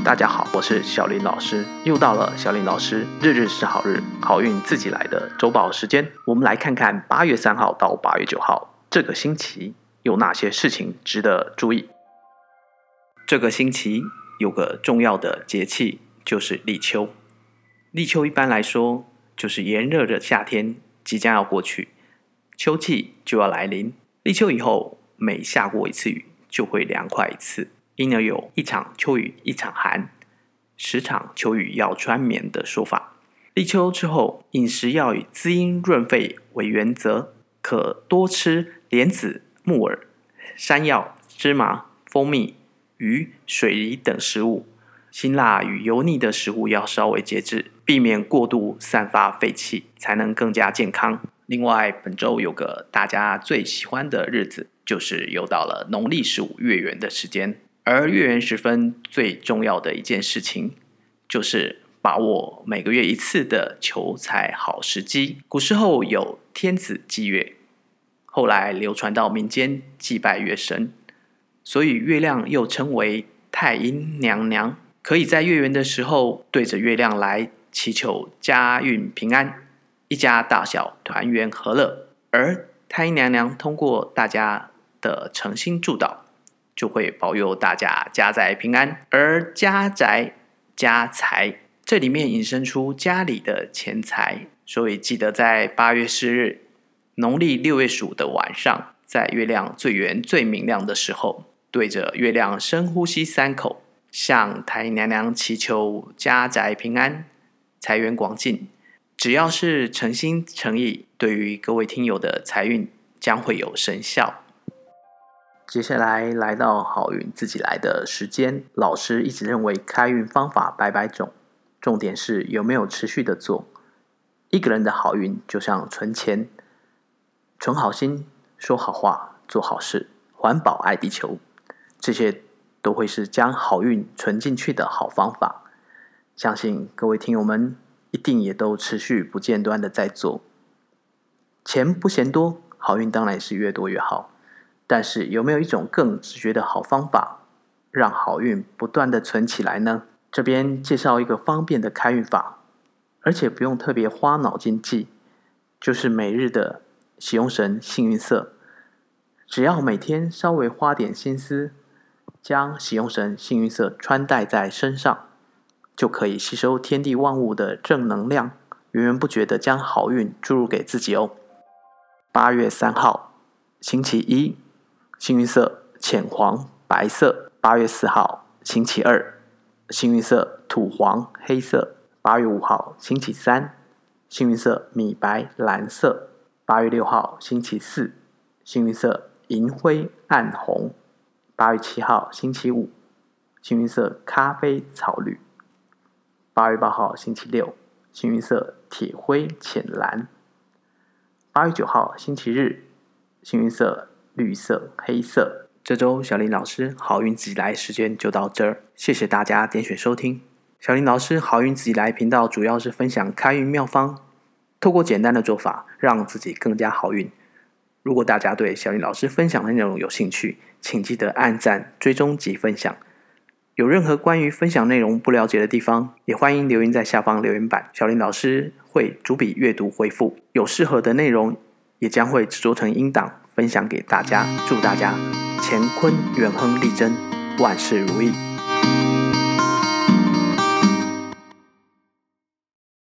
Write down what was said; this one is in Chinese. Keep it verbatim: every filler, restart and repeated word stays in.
大家好，我是小林老师，又到了小林老师日日是好日，好运自己来的周报时间。我们来看看八月三号到八月九号这个星期有哪些事情值得注意。这个星期有个重要的节气，就是立秋。立秋一般来说就是炎热的夏天即将要过去，秋季就要来临。立秋以后，每下过一次雨就会凉快一次，因而有一场秋雨一场寒，十场秋雨要穿棉的说法。立秋之后，饮食要以滋阴润肺为原则，可多吃莲子、木耳、山药、芝麻、蜂蜜、鱼、水梨等食物。辛辣与油腻的食物要稍微节制，避免过度散发废气，才能更加健康。另外，本周有个大家最喜欢的日子，就是又到了农历十五月圆的时间。而月圆时分最重要的一件事情，就是把握每个月一次的求财好时机。古时候有天子祭月，后来流传到民间祭拜月神，所以月亮又称为太阴娘娘。可以在月圆的时候对着月亮来祈求家运平安，一家大小团圆和乐。而太阴娘娘通过大家的诚心祝祷，就会保佑大家家宅平安。而家宅家财，这里面引申出家里的钱财，所以记得在八月四日农历六月十五的晚上，在月亮最圆最明亮的时候，对着月亮深呼吸三口，向太阴娘娘祈求家宅平安，财源广进。只要是诚心诚意，对于各位听友的财运将会有生效。接下来来到好运自己来的时间，老师一直认为开运方法百百种，重点是有没有持续的做。一个人的好运就像存钱，存好心，说好话，做好事，环保爱地球，这些都会是将好运存进去的好方法。相信各位听友们一定也都持续不间断的在做。钱不嫌多，好运当然是越多越好。但是有没有一种更直觉的好方法，让好运不断的存起来呢？这边介绍一个方便的开运法，而且不用特别花脑筋记，就是每日的喜用神幸运色。只要每天稍微花点心思，将喜用神幸运色穿戴在身上，就可以吸收天地万物的正能量，源源不绝的将好运注入给自己哦。八月三号星期一，幸运色浅黄白色。八月四号星期二，幸运色土黄黑色。八月五号星期三，幸运色米白蓝色。八月六号星期四，幸运色银灰暗红。八月七号星期五，幸运色咖啡草绿。八月八号星期六，幸运色铁灰浅蓝。八月九号星期日，幸运色绿色黑色。这周小林老师好运自己来时间就到这儿，谢谢大家点选收听。小林老师好运自己来频道主要是分享开运妙方，透过简单的做法让自己更加好运。如果大家对小林老师分享的内容有兴趣，请记得按赞、追踪及分享。有任何关于分享内容不了解的地方，也欢迎留言在下方留言板，小林老师会逐笔阅读回复。有适合的内容也将会制作成音档分享给大家。祝大家乾坤元亨利贞，万事如意。